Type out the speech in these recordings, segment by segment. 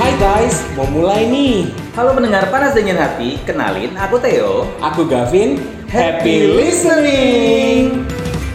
Hai guys, mau mulai nih. Halo pendengar Panas Dingin Hati, kenalin aku Theo. Aku Gavin. Happy listening.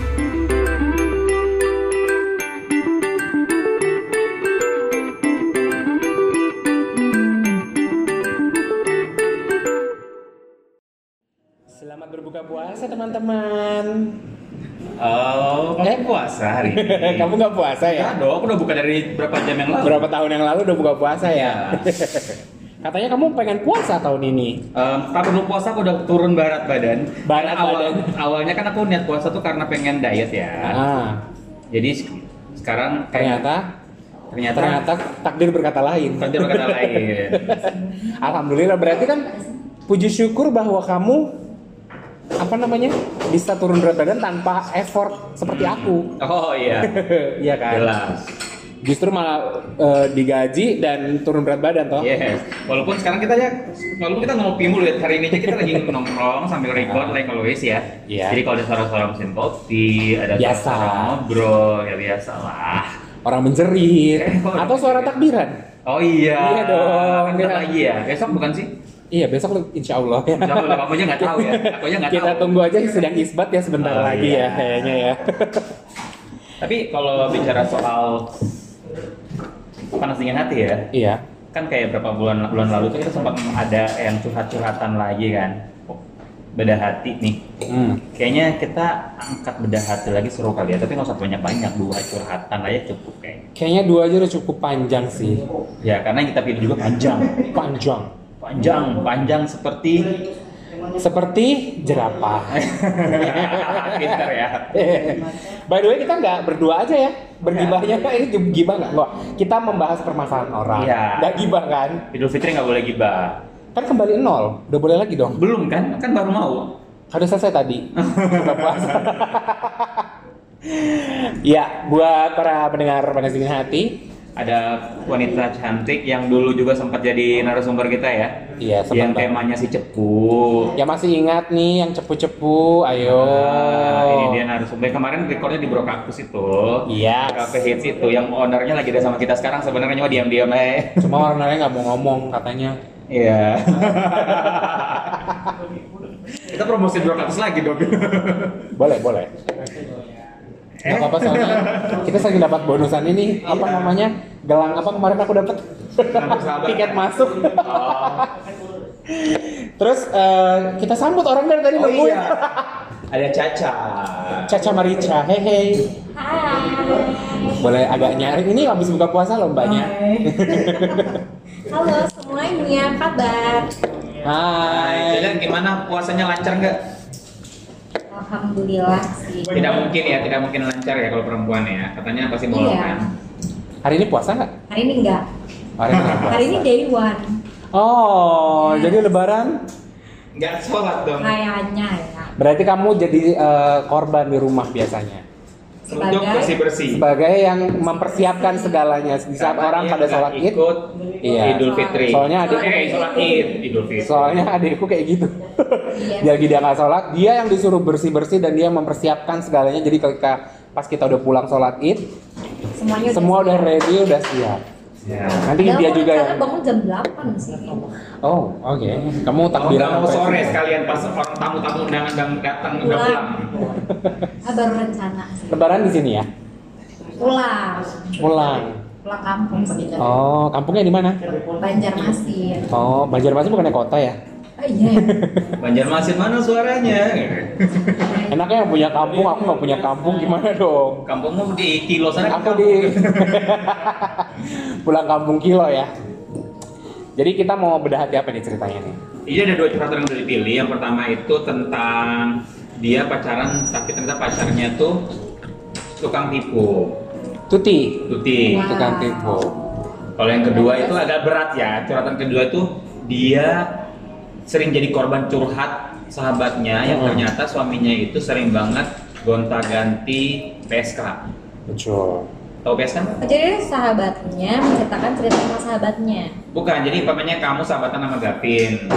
Selamat berbuka puasa teman-teman. Oh, kamu puasa hari ini? Kamu nggak puasa ya? Ya dong, aku udah buka dari berapa jam yang lalu. Berapa tahun yang lalu udah buka puasa ya? Katanya kamu pengen puasa tahun ini. Sebelum puasa aku udah turun berat badan. Berat badan. Awalnya kan aku niat puasa tuh karena pengen diet ya. Jadi sekarang Ternyata takdir berkata lain. takdir berkata lain. Alhamdulillah, berarti kan puji syukur bahwa kamu bisa turun berat badan tanpa effort seperti aku. Oh iya. Iya kan? Jelas. Justru malah digaji dan turun berat badan toh. Yes. Walaupun kita ngopi mulu ya, hari ini aja kita lagi nongkrong sambil record like always ya. Iya. Jadi kalau ada suara-suara mesin kopi, ada Biasa. suara ngobrol, ya biasa lah. Orang menjerit atau suara takbiran. Oh iya. Iya dong. Bentar lagi ya. Besok bukan sih? Iya, besok insya Allah ya. Insya Allah, kamu aja nggak tahu ya. Aku aja nggak tahu. Kita tunggu aja sedang isbat ya sebentar Oh, lagi iya. ya kayaknya ya. Tapi kalau bicara soal panas dingin hati ya, Iya. kan kayak berapa bulan lalu tuh kita sempat ada yang curhat-curhatan lagi kan. Bedah hati nih. Kayaknya kita angkat bedah hati lagi seru kali ya, tapi nggak usah banyak-banyak, 2 curhatan aja cukup kayaknya. Kayaknya 2 aja udah cukup panjang sih. Ya, karena yang kita pilih juga panjang. Panjang seperti jerapah. pintar ya. By the way, kita nggak berdua aja ya. Bergibahnya ini gibah nggak? Nggak. Kita membahas permasalahan orang. Iya. Nggak gibah kan? Idul Fitri nggak boleh gibah. Kan kembali 0. Udah boleh lagi dong. Belum kan baru mau. Udah selesai tadi. Buka puasa. Ya, buat para pendengar Panas Dingin Hati, ada wanita cantik yang dulu juga sempat jadi narasumber kita ya. Iya, sempat Yang banget. temanya si Cepu. Ya masih ingat nih yang cepu-cepu, ayo. Ini dia narasumber. Kemarin recordnya di Brokaktus itu. Iya. Cafe Hits itu. Yang ownernya lagi ada sama kita sekarang. Sebenarnya cuma diam-diam aja. Cuma orangnya nggak mau ngomong katanya. Iya. Kita promosi Brokaktus lagi dong. Boleh. Nggak apa-apa soalnya kita sering dapat bonusan ini apa Iya. namanya, gelang apa kemarin aku dapat tiket masuk. Terus kita sambut orang dari tadi Oh nungguin. iya. Ada Caca Marica, hehe. Hai. Boleh agak nyaring, ini habis buka puasa loh mbaknya. Halo semuanya, kabar? Hai. Jadi gimana puasanya, lancar nggak? Alhamdulillah sih. Tidak mungkin lancar ya kalau perempuan ya. Katanya pasti bolong Iya. kan. Hari ini puasa nggak? Hari ini enggak. Hari ini nggak puasa. Hari ini day one. Oh, jadi lebaran? Nggak sholat dong. Kayaknya ya. Berarti kamu jadi korban di rumah biasanya. Untuk bersih-bersih. Sebagai yang mempersiapkan segalanya di saat Karena orang dia pada nggak sholat Id. ikut Iya. Idul Fitri. Soalnya adikku kayak sholat Id, Idul Fitri. Soalnya adikku kayak gitu. Iya. Jadi dia nggak sholat, dia yang disuruh bersih-bersih dan dia mempersiapkan segalanya. Jadi ketika pas kita udah pulang sholat Id, Semuanya semua udah ready, udah siap. Ya. Nanti dia juga ya. yang. Bangun jam 8 sih. Oh, oke. Kamu Kalau takbiran nggak mau sampai sore sini. sekalian pas orang tamu-tamu undangan datang udah pulang. Baru rencana sih. Lebaran di sini ya? Pulang Pulang. kampung sih. Oh, kampungnya di mana? Banjarmasin. Oh, Banjarmasin bukannya kota ya? Oh iya. Banjarmasin mana suaranya? Enaknya yang punya kampung, aku nggak punya kampung, gimana dong? Kampungmu di Kilo sana. Aku di pulang kampung Kilo ya. Jadi kita mau bedah hati apa nih ceritanya nih? Iya, ada 2 curhatan yang udah dipilih. Yang pertama itu tentang dia pacaran tapi ternyata pacarnya tuh tukang tipu. Tuti, Tuti. Wow. tukang tipu. Kalau yang kedua itu agak berat ya. Curhatan kedua itu dia sering jadi korban curhat sahabatnya yang ternyata suaminya itu sering banget gonta-ganti PSK. Betul. Tahu PSK? Jadi sahabatnya menceritakan cerita sama sahabatnya. Bukan, jadi umpamanya kamu sahabatan sama Gavin.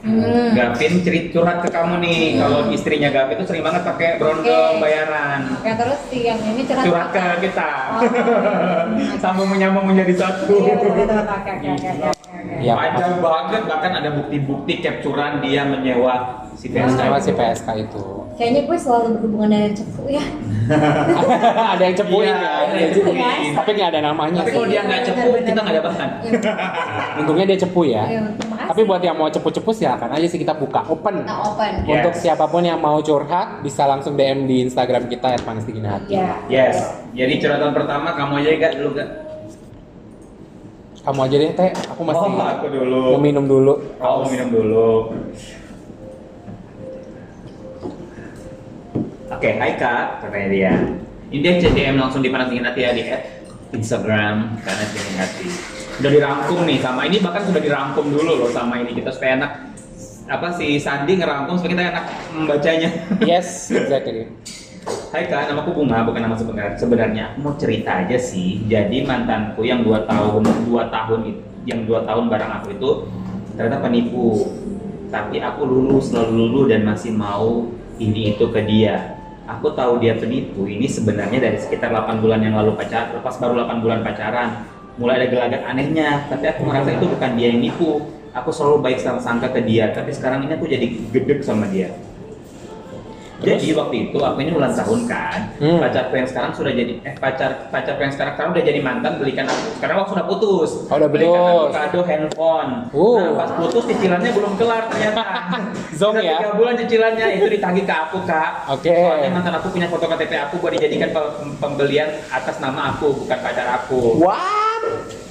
Gavin curhat ke kamu nih, kalau istrinya Gavin tuh sering banget pakai berondong bayaran. Oke, terus si yang ini Curhat ke kita. Sambung menyambung menjadi satu. Iya, betul. Oke. Ya, Panjang banget, bahkan ada bukti-bukti capturean dia menyewa si PSK. sama si PSK itu. Kayaknya gue selalu berhubungan dengan cepu ya. Ada yang cepuin Iya, ya, ada yang cepuin. tapi nggak ada namanya. Tapi kalau dia nggak cepu, kita nggak ada bahan. Untungnya dia cepu ya. Iya, terima kasih. Tapi buat yang mau cepu-cepu silakan aja sih, kita buka open. Kita open. Yes. Untuk siapapun yang mau curhat bisa langsung DM di Instagram kita @panas-dingin-hati. Iya. Yes. Jadi curhatan pertama kamu aja Kak dulu Kak. Kamu aja deh Teh, aku masih aku dulu. mau minum dulu. Kamu minum dulu. Oke, hai Kak, katanya dia. Ini dia DM langsung di Panas Dingin Hati ya di Instagram Panas Dingin Hati. Udah dirangkum nih sama ini, bahkan sudah dirangkum dulu loh sama ini, kita supaya enak apa si Sandi ngerangkum supaya kita enak membacanya. Yes, exactly. Hai Kak, namaku Bunga, bukan nama sebenarnya. Aku mau cerita aja sih. Jadi mantanku yang 2 tahun bareng aku itu ternyata penipu. Tapi aku selalu lulu dan masih mau ini itu ke dia. Aku tahu dia penipu ini sebenarnya dari sekitar 8 bulan yang lalu pacaran, pas baru 8 bulan pacaran. Mulai ada gelagat anehnya, tapi aku merasa itu bukan dia yang nipu. Aku selalu baik sangka ke dia, tapi sekarang ini aku jadi gedek sama dia. Jadi waktu itu aku ini ulang tahun kan, pacarku yang sekarang sudah jadi pacarku yang sekarang udah jadi mantan, belikan aku. Sekarang aku sudah putus. Oh, udah belikan putus. aku kado handphone. Nah pas putus cicilannya belum kelar ternyata. Zong ya. 3 bulan cicilannya itu ditagih ke aku Kak. Oke. Soalnya mantan aku punya foto KTP aku buat dijadikan pembelian atas nama aku, bukan pacar aku. What?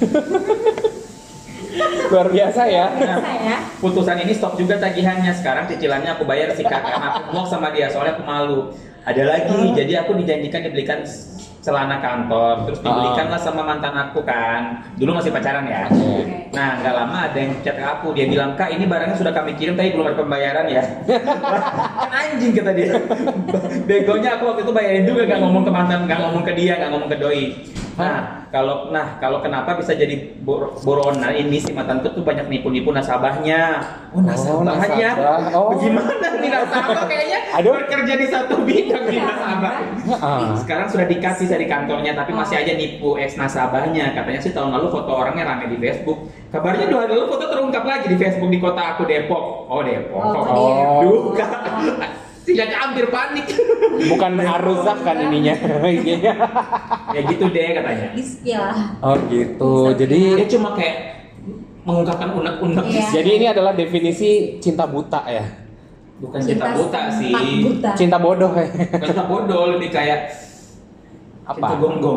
Luar biasa ya. Saya. Putusan ini stop juga tagihannya. Sekarang cicilannya aku bayar sikat karena aku blok sama dia soalnya aku malu. Ada lagi, jadi aku dijanjikan dibelikan celana kantor, terus dibelikanlah sama mantan aku kan. Dulu masih pacaran ya. Oke. Nah, nggak lama ada yang chat ke aku, dia bilang, "Kak, ini barangnya sudah kami kirim tapi belum ada pembayaran ya." Kan anjing kata dia. Begonya aku waktu itu bayarin juga, nggak ngomong ke mantan, nggak ngomong ke dia, nggak ngomong ke doi. Nah, kalau kenapa bisa jadi buronan ini si mantanku tuh banyak nipu-nipu nasabahnya. Oh, nasabahnya. Oh. Bagaimana nih nasabah kayaknya Aduh. bekerja di satu bidang di nasabah. Sekarang sudah dikasih dari kantornya tapi masih aja nipu ex nasabahnya. Katanya sih tahun lalu foto orangnya rame di Facebook. Kabarnya 2 hari lalu foto terungkap lagi di Facebook di kota aku Depok. Oh, Depok. Oh, Duh, Kak. Tidak hampir panik. Bukan Aruzak kan ininya. Ya gitu deh katanya. Istilah. Oh gitu. Jadi Dia cuma kayak mengungkapkan unek-unek. Iya. jadi ini adalah definisi cinta buta ya. Bukan cinta buta sih. Buta. Cinta bodoh ya. Bukan cinta bodoh, lebih kayak Apa? cinta gonggong.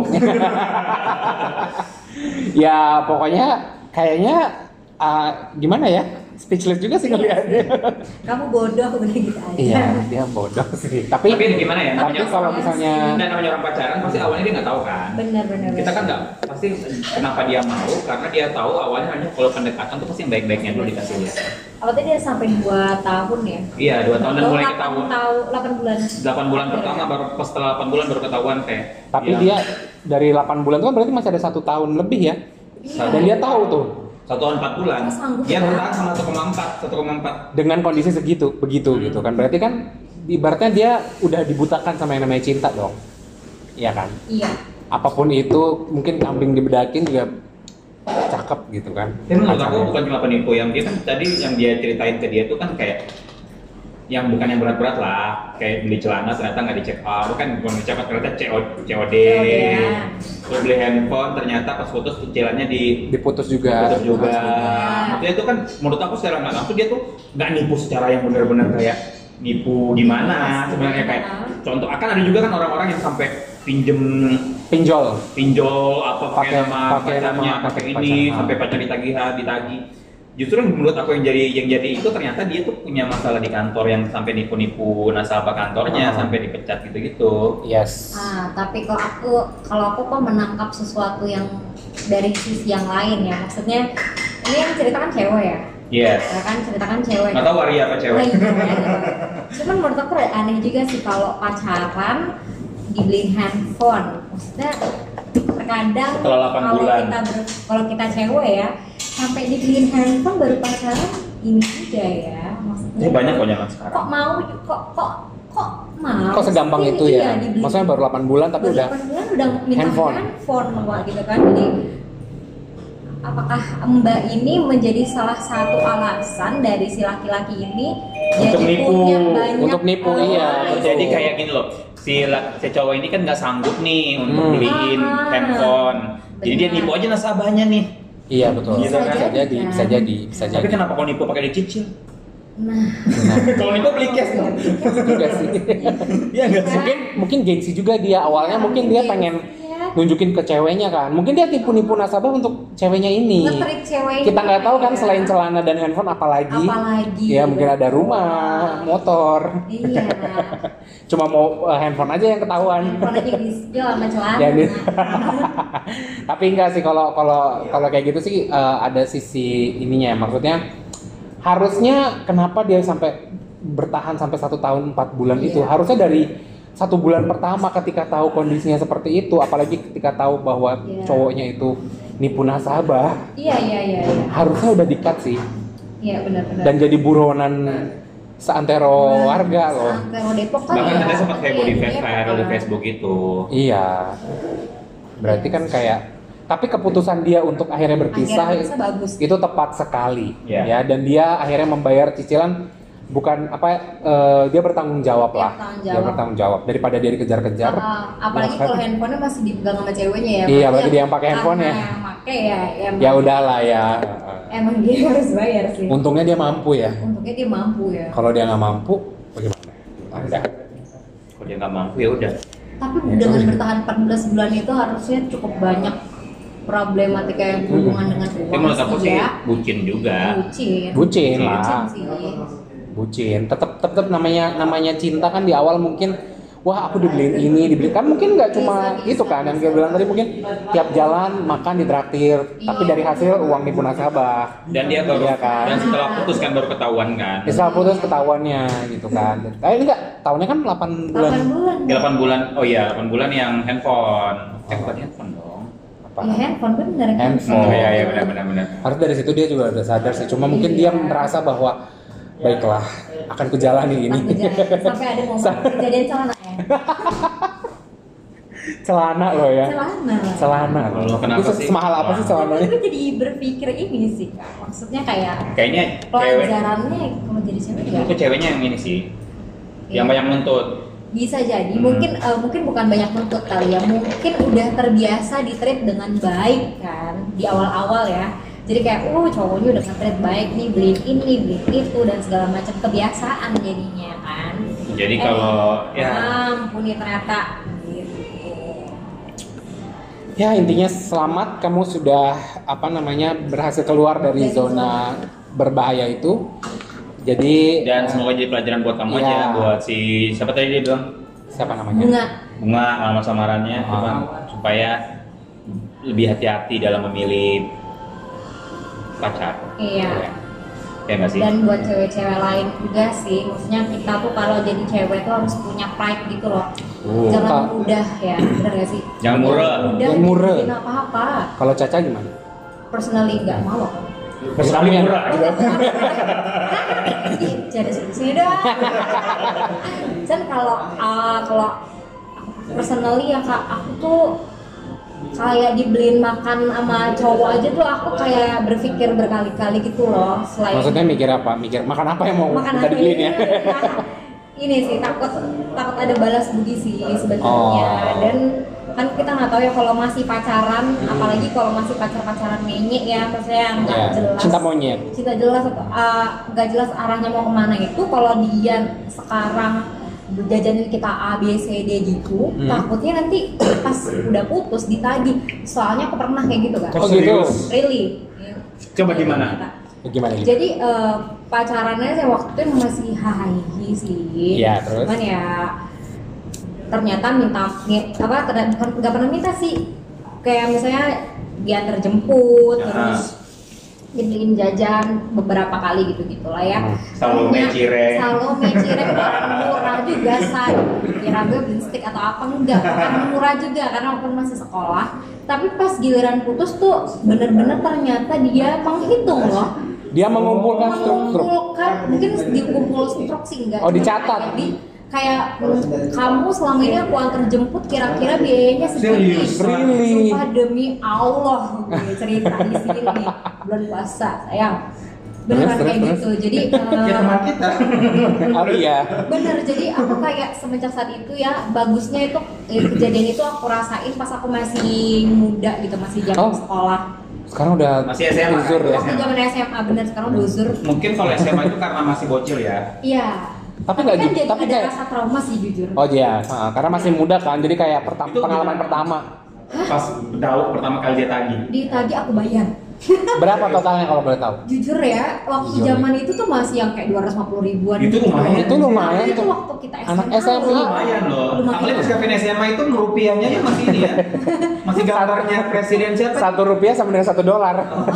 Ya pokoknya kayaknya gimana ya? Speechless juga sih ngeliatnya. Kamu bodoh udah gitu aja. Iya, dia bodoh sih. Tapi gimana ya? Tapi kalau misalnya namanya orang pacaran pasti awalnya dia nggak tahu kan. Benar. Kita kan nggak pasti kenapa dia mau karena dia tahu awalnya hanya kalau pendekatan tuh pasti yang baik-baiknya dulu dikasih lihat. Kalau tadi dia sampai 2 tahun ya. Iya 2 tahun dan mulai ketahuan. 8 bulan. 8 bulan pertama baru pas setelah 8 bulan baru ketahuan kayak. tapi dia dari 8 bulan itu kan berarti masih ada 1 tahun lebih ya. Iya. Dan dia tahu tuh 1 tahun 4 bulan. Sanggup Dia ya? bertahan sama 1,4. dengan kondisi segitu begitu gitu kan. Berarti kan ibaratnya dia udah dibutakan sama yang namanya cinta dong. Iya kan? Iya. Apapun itu mungkin kambing dibedakin juga cakep gitu kan. Tapi menurut aku Pacarnya. bukan cuma penipu, yang dia kan tadi yang dia ceritain ke dia tuh kan kayak yang bukan yang berat-berat lah, kayak beli celana ternyata nggak di check out, kan bukan di check out ternyata COD. ya. Terus beli handphone ternyata pas putus cicilannya diputus juga. diputus juga. Maksudnya itu kan menurut aku secara nggak langsung dia tuh nggak nipu secara yang benar-benar kayak nipu gimana sebenarnya kayak contoh akan ada juga kan orang-orang yang sampai Pinjol. pinjol apa pakai nama pakai pacarnya nama pakai pacar. ini sampai pacar ditagih. Justru menurut aku yang jadi itu ternyata dia tuh punya masalah di kantor yang sampai nipu-nipu nasabah kantornya sampai dipecat gitu-gitu. Yes. Tapi kalau aku kok menangkap sesuatu yang dari sisi yang lain ya. Maksudnya ini yang ceritakan cewek ya. Yes. Ya kan ceritakan cewek. Nggak tahu waria apa cewek. Oh, iya. Cuman menurut aku aneh juga sih kalau pacaran dibeliin handphone. Maksudnya terkadang Setelah 8 bulan. kalau kita cewek ya sampai dibeliin handphone baru pacaran ini juga ya. Ini banyak kok zaman sekarang. Kok mau mau Kok segampang sih? itu ya? Iya, dibeli. Maksudnya baru 8 bulan tapi Baru udah 8 bulan udah minta handphone. handphone Wak, gitu kan. Jadi apakah Mbak ini menjadi salah satu alasan dari si laki-laki ini Untuk jadi nipu. punya banyak Untuk nipu, iya. betul. Jadi kayak gini loh, si cowok ini kan nggak sanggup nih untuk beliin handphone. Jadi dia Benar. nipu aja nasabahnya nih. Iya betul. Bisa Bisa jadi, kan? bisa jadi, bisa Tapi jadi. kenapa kalau nipu pakai dicicil? Nah, Kalau nipu beli cash dong. Juga sih. Iya nggak sih? Mungkin gengsi juga dia awalnya, mungkin dia pengen nunjukin ke ceweknya kan. Mungkin dia tipu-nipu nasabah untuk ceweknya ini. nge-trick ceweknya. Kita nggak tahu kan ya. selain celana dan handphone apalagi. Apalagi. Ya mungkin ada rumah, motor. Iya. Cuma mau handphone aja yang ketahuan. Handphone aja di-spill sama celana. Jadi, tapi enggak sih kalau kayak gitu sih ada sisi ininya ya. Maksudnya harusnya kenapa dia sampai bertahan sampai 1 tahun 4 bulan itu? Iya. Harusnya dari 1 bulan pertama ketika tahu kondisinya seperti itu, apalagi ketika tahu bahwa Iya. cowoknya itu nipu nasabah, Iya. harusnya udah di-cut sih Iya benar-benar. dan jadi buronan seantero warga loh. Seantero Depok kan Bahkan ya. ada sempat heboh di Iya, viral di kan. Facebook itu. Iya. Berarti kan kayak tapi keputusan dia untuk akhirnya berpisah Akhirnya bisa bagus. itu tepat sekali Iya. ya, dan dia akhirnya membayar cicilan, bukan dia bertanggung jawab lah. Dia bertanggung Dia jawab. bertanggung jawab daripada dia dikejar-kejar. Apalagi kalau handphonenya masih dipegang sama ceweknya ya. Iya, berarti dia yang pakai handphone ya. Yang pakai ya. Ya udahlah ya. Emang dia harus bayar sih. Untungnya dia mampu ya. Untungnya dia mampu ya. Kalau dia nggak mampu, bagaimana? Anda. Kalau dia nggak mampu ya udah. Tapi dengan bertahan 14 bulan itu harusnya cukup banyak problematika yang berhubungan dengan Tapi menurut aku uang sih ya. bucin juga. Bucin. Bucin lah. sih. Bucin. Tetap namanya cinta kan di awal mungkin wah aku dibeliin ini, dibeliin kan mungkin nggak cuma Bisa, itu kan yang dia bilang tadi, mungkin tiap jalan makan ditraktir, tapi dari hasil uang nipu nasabah. Dan dia baru Iya kan? dan setelah putus kan baru ketahuan kan. Setelah putus ketahuannya gitu kan. Ini enggak, tahunnya kan 8 bulan. 8 bulan. Di 8 bulan, oh iya 8 bulan yang handphone. Bukan handphone dong. Apa? Ya handphone bener kan. Handphone. Oh iya benar. Harus dari situ dia juga udah sadar sih. Cuma mungkin dia merasa bahwa baiklah, akan kujalani ini. Sampai ada momen kejadian celana ya. Celana loh ya. Celana loh. Loh, kenapa Itu sih? semahal apa sih Tapi celananya? gue jadi berpikir ini sih Kak. Maksudnya kayak Kayaknya cewek pelajarannya kalau jadi cewek ya itu ceweknya yang ini sih. Yang banyak nuntut. bisa jadi mungkin bukan banyak nuntut kali ya, mungkin udah terbiasa di-treat dengan baik kan di awal-awal ya. Jadi kayak cowoknya udah nge-treat baik nih, beliin ini, beliin itu dan segala macam, kebiasaan jadinya kan. Jadi kalau ya ampun nih ternyata gitu. Ya intinya selamat, kamu sudah berhasil keluar dari zona berbahaya itu. Jadi dan semoga jadi pelajaran buat kamu Iya. aja, buat si siapa tadi dia bilang siapa namanya? Bunga alamat samarannya Bang, supaya lebih hati-hati dalam memilih pacar. iya. Ya nggak sih? Dan buat cewek-cewek lain juga sih, maksudnya kita tuh kalau jadi cewek tuh harus punya pride gitu loh. Jangan Kak. mudah ya, bener gak sih? Jangan murah. Jangan murah. bikin apa-apa. Kalau Caca gimana? Personally nggak mau kan? Personally murah. Jadi sini dong. Kan kalau personally ya Kak, aku tuh kayak dibeliin makan sama cowok aja tuh aku kayak berpikir berkali-kali gitu loh. Selain Maksudnya mikir apa? Mikir makan apa yang mau makan kita dibeliin ya? Ini sih takut ada balas budi sih sebenarnya. Oh. Dan kan kita nggak tahu ya kalau masih pacaran, apalagi kalau masih pacaran menyek ya, maksudnya nggak Ya, jelas. cinta monyet. Cinta jelas atau nggak jelas arahnya mau kemana itu. Kalau dia sekarang jajanin kita A B C D gitu, takutnya nanti pas udah putus ditagih. Soalnya aku pernah kayak gitu kan. Oh gitu. Really. Coba gimana? Gimana gitu? Jadi pacarannya saya waktu itu masih hahi sih. Iya, terus? Cuman ya ternyata nggak pernah minta sih. Kayak misalnya diantar jemput, Ya. terus dibeliin jajan beberapa kali gitu lah ya. Salome cireng. Salome cireng orang murah juga say. Kira gue beli stick atau apa enggak, orang murah juga karena aku masih sekolah. Tapi pas giliran putus tuh bener-bener ternyata dia menghitung loh. Dia mengumpulkan struk-struk. Mungkin dikumpul struk sih enggak. Oh, dicatat. Kayak kamu selama ini aku antar jemput kira-kira biayanya segini. Really? Sumpah demi Allah gue cerita di sini bulan puasa sayang. Beneran kayak gitu. Jadi Ya teman kita. Oh iya. bener, jadi aku kayak semenjak saat itu ya, bagusnya itu kejadian itu aku rasain pas aku masih muda gitu, masih zaman sekolah. Sekarang udah Masih SMA, uzur ya. Waktu zaman SMA bener, sekarang udah uzur. Mungkin kalau SMA itu karena masih bocil ya. Iya. Tapi Tapi nggak kan gitu, jadi tapi ada kayak- rasa trauma sih jujur. Oh iya, karena masih muda kan, jadi kayak Itu pengalaman gimana? pertama. Pas tahu pertama kali dia tagih. Ditagih aku bayar. Berapa totalnya kalau boleh tahu? Jujur ya, waktu Iya. zaman itu tuh masih yang kayak 250 ribuan. Itu gitu. lumayan. Itu lumayan Itu tuh. waktu kita SMA. Anak SMA. loh. Lumayan loh. Lumayan. Apalagi pas Kevin SMA itu rupiahnya ya masih ini ya. Masih gambarnya presiden siapa? Rp1 sama dengan $1.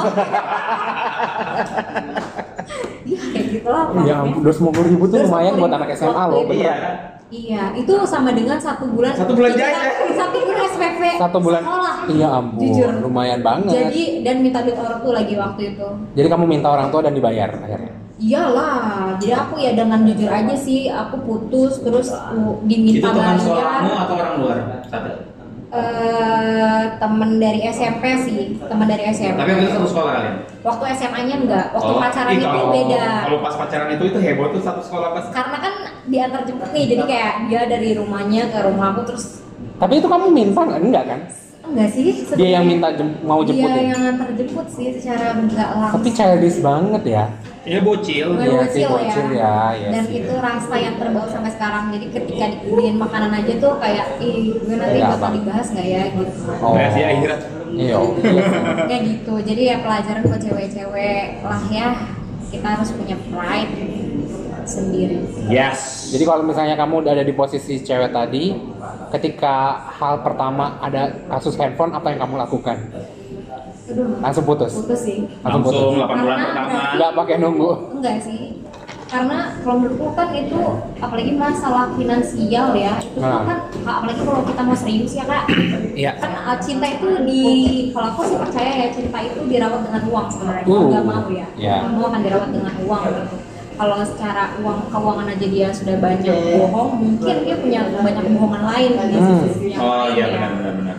Iya kayak gitu lah. Ya ampun, 250.000 tuh lumayan buat anak SMA loh, Waktu itu. beneran. Iya, itu sama dengan 1 bulan. 1 bulan Iya, jajan. 1 bulan SPP. 1 bulan. Sekolah. Iya ampun, Jujur. lumayan banget. Jadi dan minta duit orang tua lagi waktu itu. Jadi kamu minta orang tua dan dibayar akhirnya. Iyalah, jadi aku ya dengan jujur aja sih, aku putus terus aku diminta Itu teman bayar. sekolahmu atau orang luar? Satu. Temen dari SMP sih, temen dari SMP. Tapi waktu itu satu sekolah kalian? Waktu SMA-nya enggak, waktu pacaran ih, itu kalau- beda. Kalau pas pacaran itu heboh tuh satu sekolah pas. Karena kan diantar jemput nih, jadi kayak dia dari rumahnya ke rumah aku terus Tapi itu kamu minta nggak? Enggak kan? enggak sih. Dia yang minta mau Dia jemputin. yang ngantar jemput sih secara enggak langsung. Tapi childish banget ya. Ya bocil. Iya sih, bocil ya, iya Dan sih. itu rasa yang terbawa sampai sekarang. Jadi ketika dibeliin makanan aja tuh kayak, ih gue nanti Iya, bakal Bang. dibahas nggak ya gitu. Oh. Nggak sih akhirat. Iya. Kayak gitu. Jadi ya pelajaran buat cewek-cewek lah ya. Kita harus punya pride sendiri. Yes. Jadi kalau misalnya kamu udah ada di posisi cewek tadi, ketika hal pertama ada kasus handphone, apa yang kamu lakukan? Aduh, Langsung putus. putus sih. Langsung Langsung putus. 8 bulan Karena pertama. Nggak pakai nunggu. Enggak sih. Karena kalau menurutku kan itu apalagi masalah finansial ya. Itu Nah. kan apalagi kalau kita mau serius ya Kak. Iya. Kan cinta itu kalau aku sih percaya ya cinta itu dirawat dengan uang sebenarnya. Kalau nggak mau ya. Iya. Nggak mau akan dirawat dengan uang gitu. Kalau secara keuangan aja dia sudah banyak bohong, mungkin dia punya banyak kebohongan lain di sisi yang Oh lain iya ya. benar.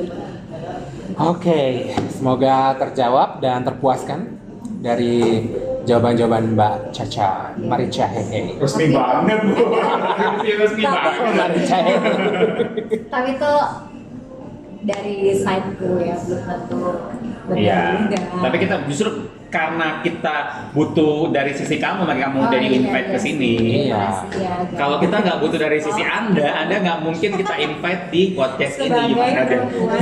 Oke, semoga terjawab dan terpuaskan dari jawaban-jawaban Mbak Caca Marica Hehe. Resmi banget bu. Resmi banget. Marica Hehe. Tapi itu dari sideku ya, belum tentu benar Iya. juga. Tapi kita justru karena kita butuh dari sisi kamu, makanya kamu Oh, jadi iya, invite iya ke sih. sini. Iya. Makasih ya, guys. Kalau kita nggak butuh dari sisi Anda nggak mungkin kita invite di podcast ini. sebagai Gimana deh? perempuan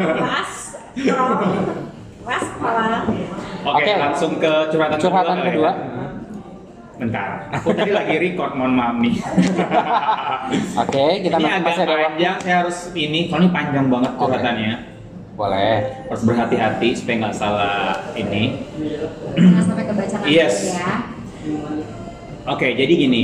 ras kepala. Oke, Oke. langsung ke curhatan Curhatan kali kedua. ya. Bentar, aku tadi lagi record, mohon maaf nih. Oke, kita Ini agak masih ada waktu. panjang, saya harus ini, kalau ini panjang banget Oke. curhatannya. Boleh. Harus berhati-hati supaya nggak salah ini. Jangan sampai kebaca nanti Yes. ya. Oke, jadi gini.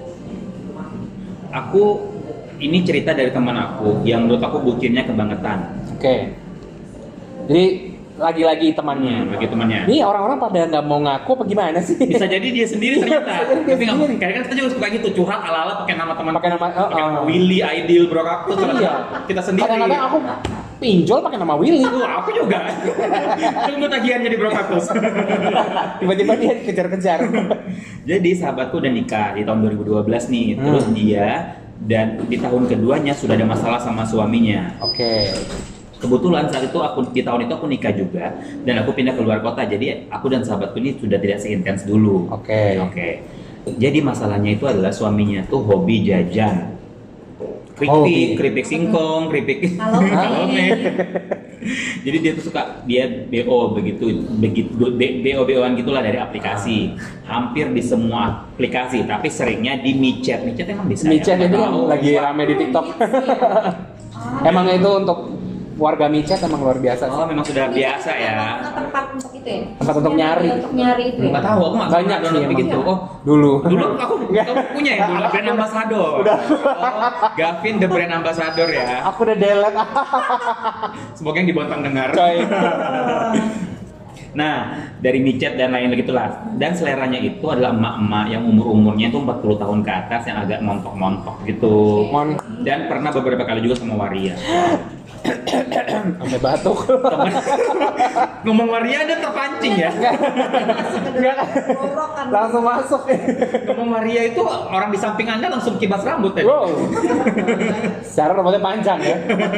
Aku ini cerita dari teman aku yang menurut aku bucinnya kebangetan. Oke. Jadi lagi-lagi temannya. Bagi temannya. Ini orang-orang pada nggak mau ngaku apa gimana sih? Bisa jadi dia sendiri ternyata. Bisa jadi dia Tapi nggak sendiri. kadang kan kita juga suka gitu curhat ala-ala pakai nama teman. Pakai nama, pakai nama Willy, Aidil, Bro Kaktus. Iya. Kita sendiri. Kadang-kadang aku pinjol pakai nama Willy. Aku juga. Tunggu tagihannya di Bro Kaktus. Tiba-tiba dia dikejar-kejar. Jadi sahabatku udah nikah di tahun 2012 nih. Terus dia dan di tahun keduanya sudah ada masalah sama suaminya. Oke. Kebetulan saat itu di tahun itu aku nikah juga dan aku pindah ke luar kota. Jadi aku dan sahabatku ini sudah tidak seintens dulu. Oke. Oke. Jadi masalahnya itu adalah suaminya tuh hobi jajan. Hobi. Keripik singkong, keripik Halo. Mei. Jadi dia tuh suka dia BO begitu BO-BOan gitulah dari aplikasi. Hampir di semua aplikasi, tapi seringnya di micet. Micet emang bisa Micet ya? itu yang Tahu. lagi rame di TikTok. Emang itu untuk warga micet emang luar biasa sih. Oh, memang sudah biasa ya. Tempat untuk itu ya. Tempat untuk nyari. Untuk nyari itu ya. Nggak tahu, aku nggak Banyak pernah sih download emang. begitu. Oh, Dulu. dulu aku punya ya dulu brand ambassador. Oh, Gavin the brand ambassador ya. Aku udah delete. Semoga yang di Bontang dengar. Coy. Nah, dari micet dan lain begitulah. Dan seleranya itu adalah emak-emak yang umurnya itu 40 tahun ke atas yang agak montok-montok gitu. Dan pernah beberapa kali juga sama waria. Sampai batuk. Ngomong waria ada terpancing ya. Enggak. Langsung masuk. Ngomong waria itu orang di samping Anda langsung kibas rambut ya. Wow. Secara rambutnya panjang ya.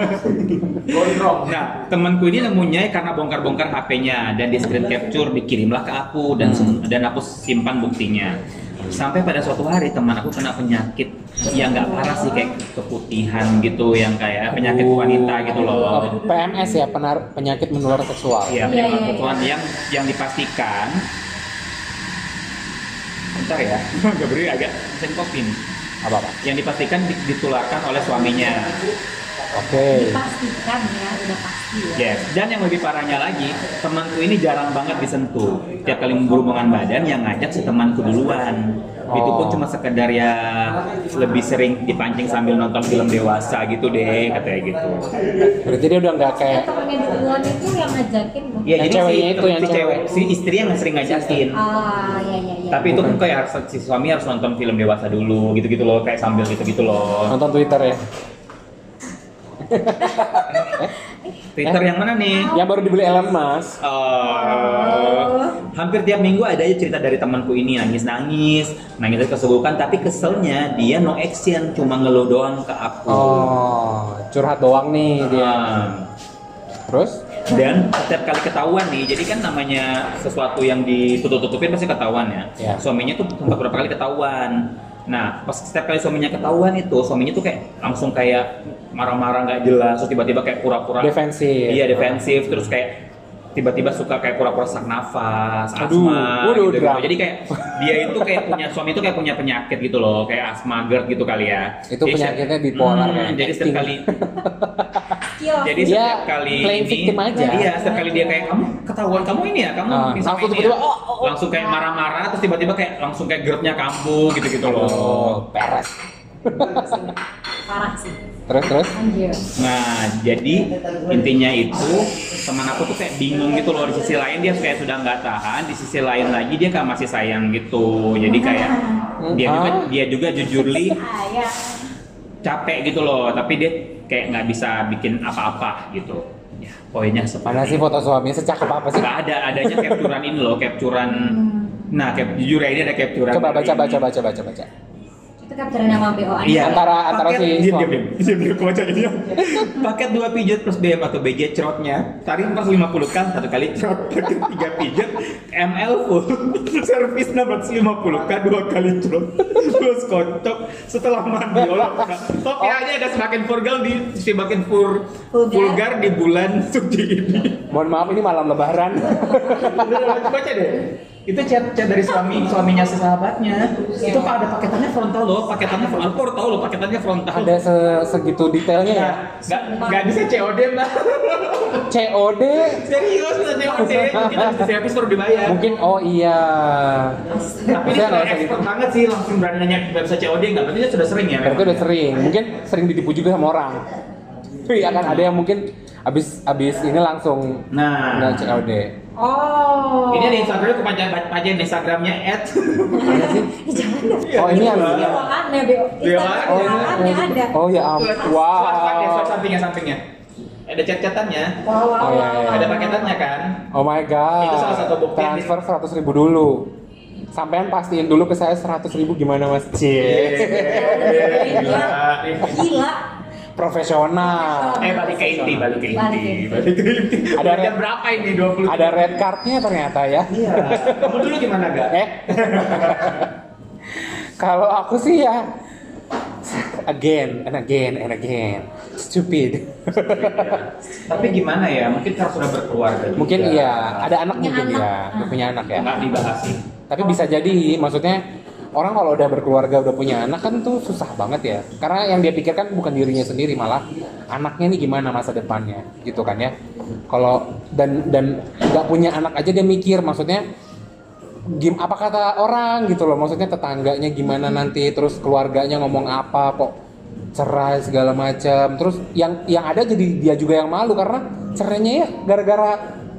Nah, temanku ini nemunya karena bongkar-bongkar HP-nya dan di screen capture dikirimlah ke aku dan aku simpan buktinya. Sampai pada suatu hari teman aku kena penyakit yang nggak parah sih, kayak keputihan gitu, yang kayak penyakit wanita gitu loh. PMS ya, penyakit menular seksual. Iya, penyakit seksual yang dipastikan. Bentar ya, Gabriel agak pesen kopi nih. Apa? Yang dipastikan ditularkan oleh suaminya. Oke. Dipastikan ya, udah pasti ya. Yes, dan yang lebih parahnya lagi, temanku ini jarang banget disentuh. Tiap kali berhubungan badan yang ngajak si temanku duluan. Itu pun cuma sekedar ya lebih sering dipancing sambil nonton film dewasa gitu deh, katanya gitu. Berarti dia udah nggak kayak Temennya duluan itu yang ngajakin loh. Iya, Yang jadi ceweknya itu, yang si cewek. si istri yang sering ngajakin. Iya. Tapi itu pun kayak si suami harus nonton film dewasa dulu, gitu-gitu loh, kayak sambil gitu-gitu loh. nonton Twitter ya. Twitter yang mana nih? Yang baru dibeli Elon Musk. Hampir tiap minggu ada aja cerita dari temanku ini nangis dari kesegukan, tapi keselnya dia no action, cuma ngeluh doang ke aku. Curhat doang nih dia. Terus? Dan setiap kali ketahuan nih, jadi kan namanya sesuatu yang ditutup-tutupin pasti ketahuan ya. Yeah. Suaminya tuh sempat beberapa kali ketahuan. Nah, pas setiap kali suaminya ketahuan itu, suaminya tuh kayak langsung kayak marah-marah nggak jelas, terus tiba-tiba kayak pura-pura Defensif. Iya, defensif, terus kayak tiba-tiba suka kayak pura-pura sesak nafas, Aduh, asma, waduh, gitu. drama. Jadi kayak dia itu kayak punya suami itu kayak punya penyakit gitu loh, kayak asma GERD gitu kali ya. Itu penyakitnya bipolar ya. Jadi setiap kali jadi Dia setiap kali playing victim aja. Iya, setiap kali dia kayak kamu ketahuan kamu ini ya, kamu bisa langsung ini tiba-tiba, ya. Langsung kayak marah-marah, terus tiba-tiba kayak langsung kayak GERD-nya kambuh gitu-gitu loh. Peres. Parah sih. Terus? Anjir. Nah, jadi intinya itu teman aku tuh kayak bingung gitu loh. Di sisi lain dia kayak sudah nggak tahan, di sisi lain lagi dia kayak masih sayang gitu. Jadi kayak dia juga jujur li Ayah. capek gitu loh, tapi dia kayak nggak bisa bikin apa-apa gitu. Ya, poinnya seperti Mana sih foto suaminya secakep apa sih? nggak ada, adanya capturean ini loh, capturean. Nah, jujur ya ini ada capturean. Coba baca. Itu capture nama BO aja. Iya, Antara si suami. diam baca ini. Paket 2 pijat plus BM atau BG cerotnya. Tarif pas 50 kan 1 kali cerot, paket 3 pijat ML full. Servis 650 kan 2 kali cerot. Terus kocok setelah mandi. Top ya aja ada semakin vulgar di bulan suci ini. Mohon maaf ini malam lebaran. Baca deh. Itu chat dari suaminya si sahabatnya. Itu Pak ada paketannya frontal loh, paketannya frontal. Tahu loh paketannya frontal. Ada segitu detailnya ya. Nggak bisa COD mbak. COD. Serius bisa COD. Mungkin habis servis baru dibayar. Mungkin iya. Tapi ini kalau expert banget sih, langsung berani nanya nggak bisa COD nggak? Berarti dia sudah sering ya? Berarti udah sering. Mungkin sering ditipu juga sama orang. Iya kan ada yang mungkin abis ini langsung nggak COD. Oh. Ini ada Instagramnya, kepanjangan Instagramnya Mana sih? Oh ini yang BO-an ya, BO. Instagram-nya ada. Oh ya ampun. Wow. sampingnya. Ada chat-chatannya. Wow. Oh, iya. Ada paketannya kan? Oh my god. Itu salah satu bukti yang Transfer 100.000 dulu. Sampean pastiin dulu ke saya 100.000 gimana mas? Gila. Profesional. Balik ke inti. Ada jam berapa ini? 20. Ada red cardnya ternyata ya. Iya. Kamu dulu gimana gak? Kalau aku sih ya again and again. Stupid. Tapi gimana ya? Mungkin karena sudah berkeluarga juga. Mungkin iya, ada anak Punya mungkin anak. ya, udah punya anak ya. Nggak dibahas sih. Tapi bisa jadi, maksudnya orang kalau udah berkeluarga, udah punya anak kan tuh susah banget ya. Karena yang dia pikirkan bukan dirinya sendiri, malah anaknya nih gimana masa depannya, gitu kan ya. Kalau dan nggak punya anak aja dia mikir, maksudnya apa kata orang gitu loh, maksudnya tetangganya gimana nanti, terus keluarganya ngomong apa kok cerai segala macam. Terus yang ada jadi dia juga yang malu karena cerainya ya gara-gara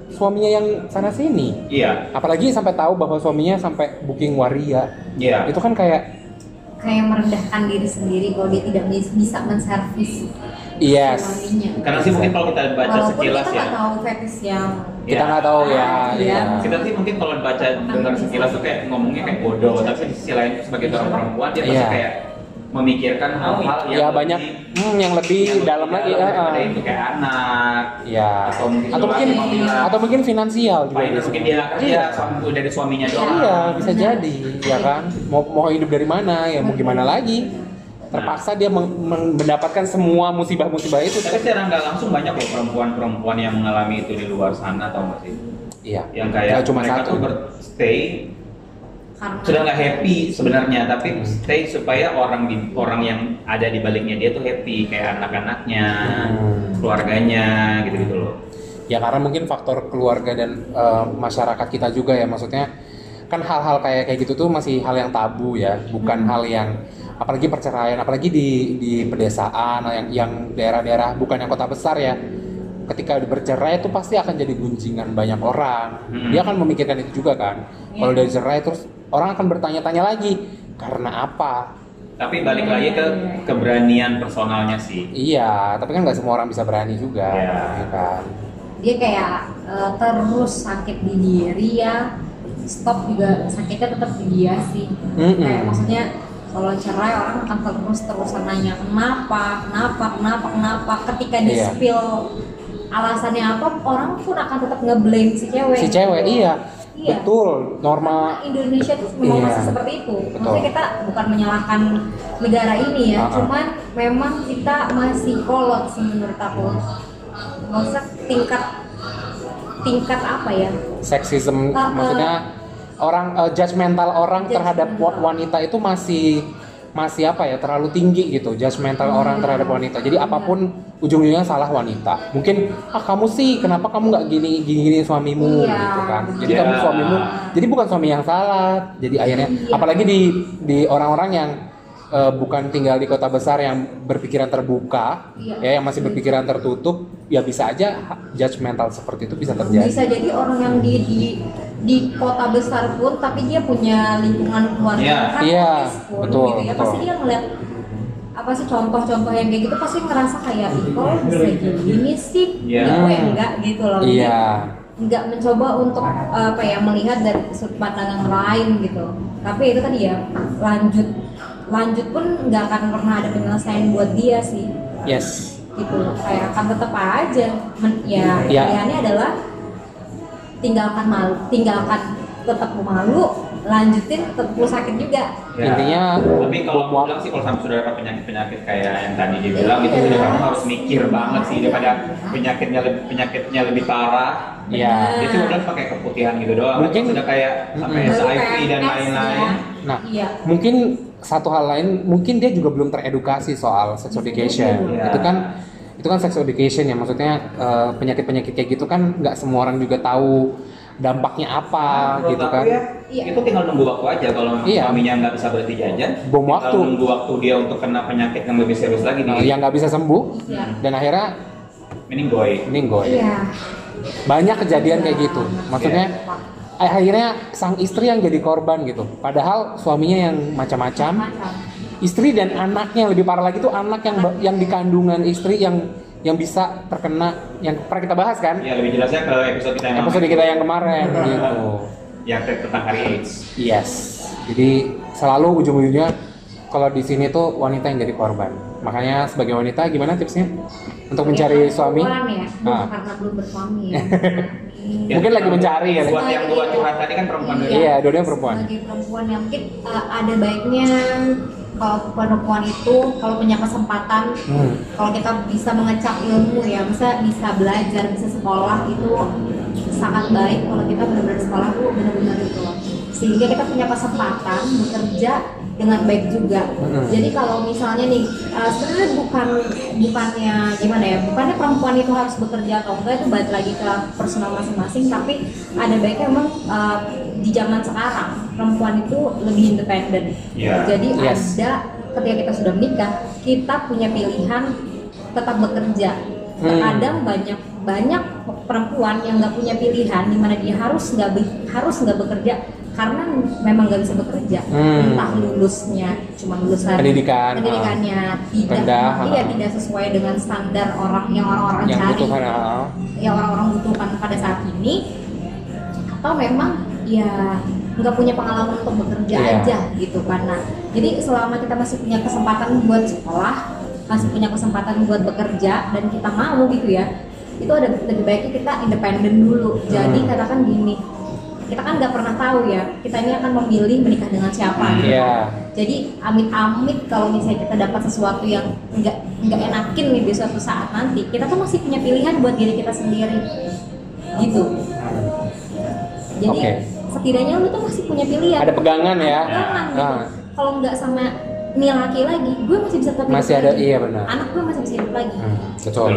suaminya yang sana sini. Iya. Apalagi sampai tahu bahwa suaminya sampai booking waria. Iya. Itu kan kayak merendahkan diri sendiri kalau dia tidak bisa menservis yes. suaminya. Karena sih mungkin kalau kita baca Walaupun sekilas kita ya. nggak tahu fetish yang Kita nggak tahu ya. Iya. Kita sih mungkin kalau baca dengar sekilas tuh kayak ngomongnya kayak bodoh, tapi di sisi lain sebagai seorang perempuan dia pasti Iya. kayak memikirkan hal-hal yang Ya banyak yang lebih dalam lagi daripada itu kayak anak. Ya. Atau mungkin finansial juga. mungkin dia kerja dari suaminya doang. Iya, bisa jadi, ya kan. Mau hidup dari mana? Ya mau gimana lagi? Terpaksa dia mendapatkan semua musibah-musibah itu. Tapi secara nggak langsung banyak loh perempuan-perempuan yang mengalami itu di luar sana, tau nggak sih? Iya. Yang kayak Nggak cuma mereka satu. tuh berstay karena sudah nggak happy sebenarnya, tapi stay supaya orang yang ada di baliknya dia tuh happy, kayak anak-anaknya, keluarganya, gitu-gitu loh. Ya karena mungkin faktor keluarga dan masyarakat kita juga ya, maksudnya kan hal-hal kayak gitu tuh masih hal yang tabu ya, bukan hal yang apalagi perceraian, apalagi di pedesaan yang daerah-daerah bukan yang kota besar ya. Ketika bercerai itu pasti akan jadi gunjingan banyak orang. Dia akan memikirkan itu juga kan. Kalau udah cerai terus orang akan bertanya-tanya lagi karena apa. Tapi balik lagi ke keberanian personalnya sih. Iya, tapi kan nggak semua orang bisa berani juga, ya kan. dia kayak terus sakit di diri ya, stop juga sakitnya tetap di dia sih. Kayak maksudnya kalau cerai orang akan terus-terusan nanya kenapa. Ketika di spill alasannya apa, orang pun akan tetap nge-blame si cewek. Iya. Betul, norma karena Indonesia tuh memang masih seperti itu. Maksudnya kita bukan menyalahkan negara ini ya, cuman memang kita masih kolot sih menurut aku. Maksudnya tingkat apa ya? Seksisme, maksudnya orang judgmental orang terhadap wanita itu masih apa ya, terlalu tinggi gitu, judgmental orang terhadap wanita. Jadi apapun ujung-ujungnya salah wanita. Mungkin kamu sih kenapa kamu nggak gini suamimu gitu kan. Jadi kamu suamimu, jadi bukan suami yang salah. Jadi akhirnya apalagi di orang-orang yang bukan tinggal di kota besar yang berpikiran terbuka, ya yang masih berpikiran tertutup, ya bisa aja judgmental seperti itu bisa terjadi. Bisa jadi orang yang di kota besar pun, tapi dia punya lingkungan keluarga betul, gitu ya. Pasti dia ngeliat apa sih contoh-contoh yang kayak gitu, pasti ngerasa kayak kok bisa gini sih, gue enggak gitu loh. Enggak mencoba untuk apa ya, melihat dari sudut pandang lain gitu. Tapi itu tadi ya, lanjut pun nggak akan pernah ada penyelesaian buat dia sih. Yes. Gitu, kayak akan tetap aja. Pilihannya adalah tinggalkan tetap malu, lanjutin tetap sakit juga. Intinya tapi kalau aku bilang sih, kalau sampai sudah ada penyakit kayak yang tadi dia bilang itu sudah kamu harus mikir banget sih, daripada penyakitnya lebih parah. Dia cuma udah pakai keputihan gitu doang. Mungkin sudah kayak sampai HIV dan lain-lain. Nah, mungkin satu hal lain, mungkin dia juga belum teredukasi soal sex education. Itu kan sex education ya, maksudnya penyakit-penyakit kayak gitu kan nggak semua orang juga tahu dampaknya apa gitu kan. Itu tinggal nunggu waktu aja. Kalau suaminya nggak bisa berhenti jajan, bom waktu. Nunggu waktu dia untuk kena penyakit yang lebih serius lagi yang nggak bisa sembuh dan akhirnya meninggoy. Banyak kejadian kayak gitu. Maksudnya akhirnya sang istri yang jadi korban gitu. Padahal suaminya yang macam-macam. Istri dan anaknya, lebih parah lagi tuh anak yang di kandungan istri yang bisa terkena, yang pernah kita bahas kan? Ya, lebih jelasnya ke episode kita yang kemarin gitu. Yang tentang hari AIDS. Yes. Jadi selalu ujung-ujungnya kalau di sini tuh wanita yang jadi korban. Makanya sebagai wanita gimana tipsnya untuk mencari suami? Karena belum bersuami ya. Mungkin lagi mencari ya. Buat yang dua curhat tadi kan perempuan. Iya, dua-duanya perempuan. Sebagai perempuan yang mungkin ada baiknya kalau perempuan itu kalau punya kesempatan, kalau kita bisa mengecap ilmu ya, bisa belajar, bisa sekolah, itu sangat baik kalau kita benar-benar sekolah tuh benar-benar itu loh. Sehingga kita punya kesempatan bekerja dengan baik juga. Jadi kalau misalnya nih sebenarnya bukannya perempuan itu harus bekerja atau enggak, itu balik lagi ke personal masing-masing, tapi ada baiknya memang di zaman sekarang perempuan itu lebih independen. Jadi ada ketika kita sudah menikah, kita punya pilihan tetap bekerja. Terkadang banyak perempuan yang nggak punya pilihan di mana dia harus nggak bekerja karena memang nggak bisa bekerja. Entah lulusnya cuma lulusan pendidikannya tidak sesuai dengan standar orang-orang cari, yang orang-orang butuhkan pada saat ini, atau memang ya nggak punya pengalaman untuk bekerja aja gitu kan. Nah, jadi selama kita masih punya kesempatan buat sekolah, masih punya kesempatan buat bekerja, dan kita mau gitu ya, itu ada lebih baiknya kita independen dulu. Jadi katakan gini, kita kan nggak pernah tahu ya, kita ini akan memilih menikah dengan siapa gitu. Jadi amit-amit kalau misalnya kita dapat sesuatu yang nggak enakin nih di suatu saat nanti, kita tuh masih punya pilihan buat diri kita sendiri gitu. Jadi setidaknya lu tuh masih punya pilihan. Ada pegangan ya. Gitu. Kalau nggak sama nih laki lagi, gue masih bisa tetap masih hidup ada lagi. Iya benar. Anak gue masih bisa hidup lagi. Betul.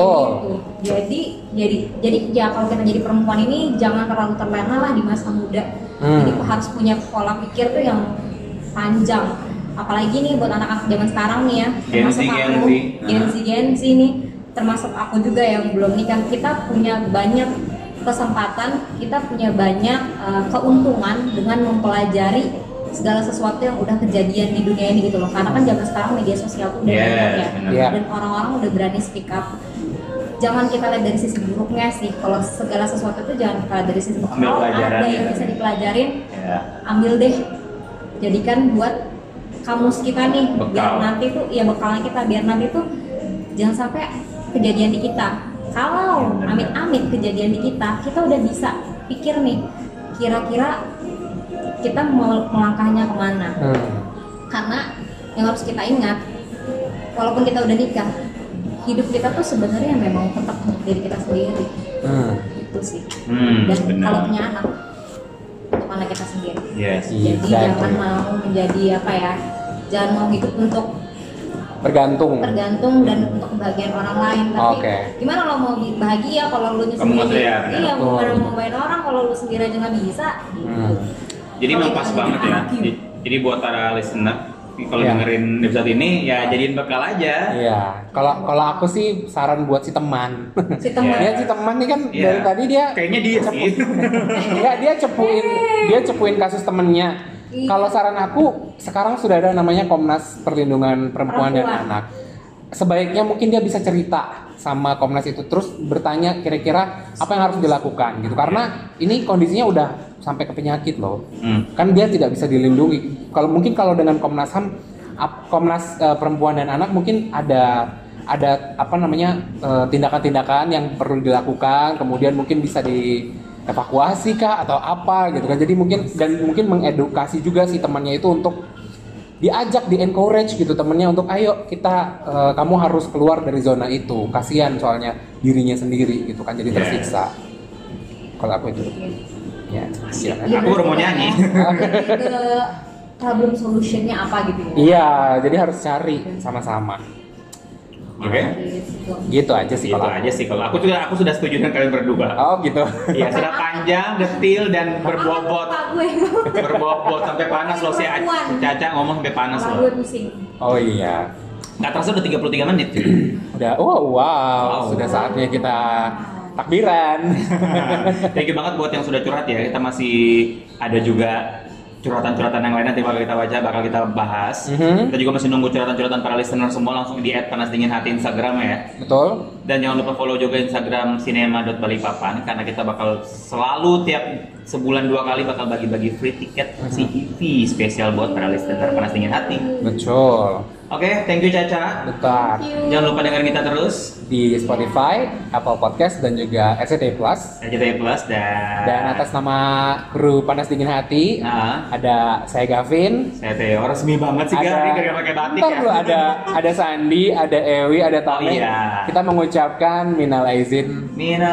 Gitu. Jadi ya kalau kita jadi perempuan ini jangan terlalu terlena lah di masa muda. Jadi harus punya pola pikir tuh yang panjang. Apalagi nih buat anak-anak zaman sekarang nih ya, termasuk aku, Gen Z nih, termasuk aku juga yang belum nikah. Kita punya banyak kesempatan, kita punya banyak keuntungan dengan mempelajari segala sesuatu yang udah kejadian di dunia ini gitu loh. Karena kan zaman sekarang media sosial tuh udah banyak ya, dan orang-orang udah berani speak up. Jangan kita lihat dari sisi buruknya sih. Kalau segala sesuatu itu jangan kita lihat dari sisi buruk. Kalau ada yang bisa dipelajarin, ambil deh. Jadikan buat kamus kita nih, biar nanti tuh ya bekalnya kita, biar nanti tuh jangan sampai kejadian di kita. Kalau amit-amit kejadian di kita udah bisa pikir nih, kira-kira kita mau melangkahnya kemana. Karena yang harus kita ingat, walaupun kita udah nikah, hidup kita tuh sebenarnya memang tetap untuk diri kita sendiri. Itu sih. Dan kalau punya anak, untuk anak kita sendiri. Jadi jangan mau menjadi jangan mau hidup untuk bergantung dan untuk kebahagiaan orang lain. Tapi gimana lo mau bahagia kalau lu sendiri? Iya, mau bahagiain orang kalau lu sendiri aja nggak bisa. Jadi memang pas banget ya. Jadi buat para listener, kalau dengerin episode ini ya jadiin bekal aja. Iya. Kalau aku sih saran buat si teman. Si teman nih kan dari tadi dia kayaknya dia sih. Enggak, dia cepuin kasus temennya. Kalau saran aku, sekarang sudah ada namanya Komnas Perlindungan Perempuan dan Anak. Sebaiknya mungkin dia bisa cerita sama Komnas itu, terus bertanya kira-kira apa yang harus dilakukan gitu. Karena ini kondisinya udah sampai ke penyakit loh. Kan dia tidak bisa dilindungi. Kalau dengan Komnas HAM, Komnas Perempuan dan Anak mungkin ada tindakan-tindakan yang perlu dilakukan, kemudian mungkin bisa dievakuasi kah atau apa gitu kan. Jadi mungkin mengedukasi juga si temannya itu untuk diajak, di-encourage gitu temennya untuk ayo kita kamu harus keluar dari zona itu. Kasihan soalnya dirinya sendiri gitu kan, jadi tersiksa. Kalau aku itu aku baru mau nyanyi. Problem solutionnya apa gitu ya? Iya, jadi harus cari sama-sama. Oke. Gitu aja sih kalau aku sudah setuju dengan kalian berdua. Oh gitu. Iya, sudah panjang, detil dan berbobot. Berbobot sampai panas loh si Caca ngomong sampai panas loh. Gue pusing. Oh iya. Nggak terasa udah 33 menit. Udah. Wow. Sudah saatnya kita takbiran. Thank you banget buat yang sudah curhat ya. Kita masih ada juga curhatan-curhatan yang lain nanti bakal kita baca, bakal kita bahas. Kita juga masih nunggu curhatan-curhatan para listener semua, langsung di @panasdinginhati Instagram ya. Betul. Dan jangan lupa follow juga Instagram cinema.balikpapan karena kita bakal selalu tiap sebulan 2 kali bakal bagi-bagi free tiket CEV spesial buat para listener Panas Dingin Hati. Betul. Oke, thank you Caca. Betul. Jangan lupa dengerin kita terus di Spotify, Apple Podcast dan juga RCTI Plus. Dan atas nama kru Panas Dingin Hati, ada saya Gavin, saya Theo. Resmi banget sih Gavin, gak pakai batik ya. Ada Sandi, ada Ewi, ada Tame. Kita mengucapkan minal aizin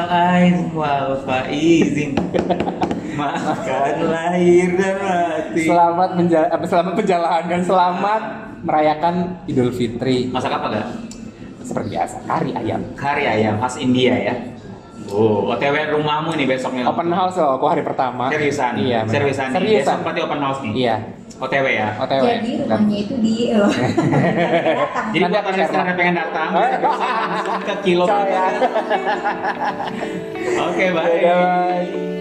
wal faizin. Maafkan lahir dan mati. Selamat menjalankan dan selamat merayakan Idul Fitri. Masak apa gak? Seperti biasa, kari ayam khas India ya. OTW rumahmu nih besoknya. Open house loh, aku hari pertama. Seriusan? Iya. Seriusan. Besok berarti open house nih. Iya. OTW ya. OTW. Jadi rumahnya itu di loh. Jadi Nanti buat aku share restoran yang pengen datang, bisa langsung ke Kilo. Coy ya. Oke, bye. Bye.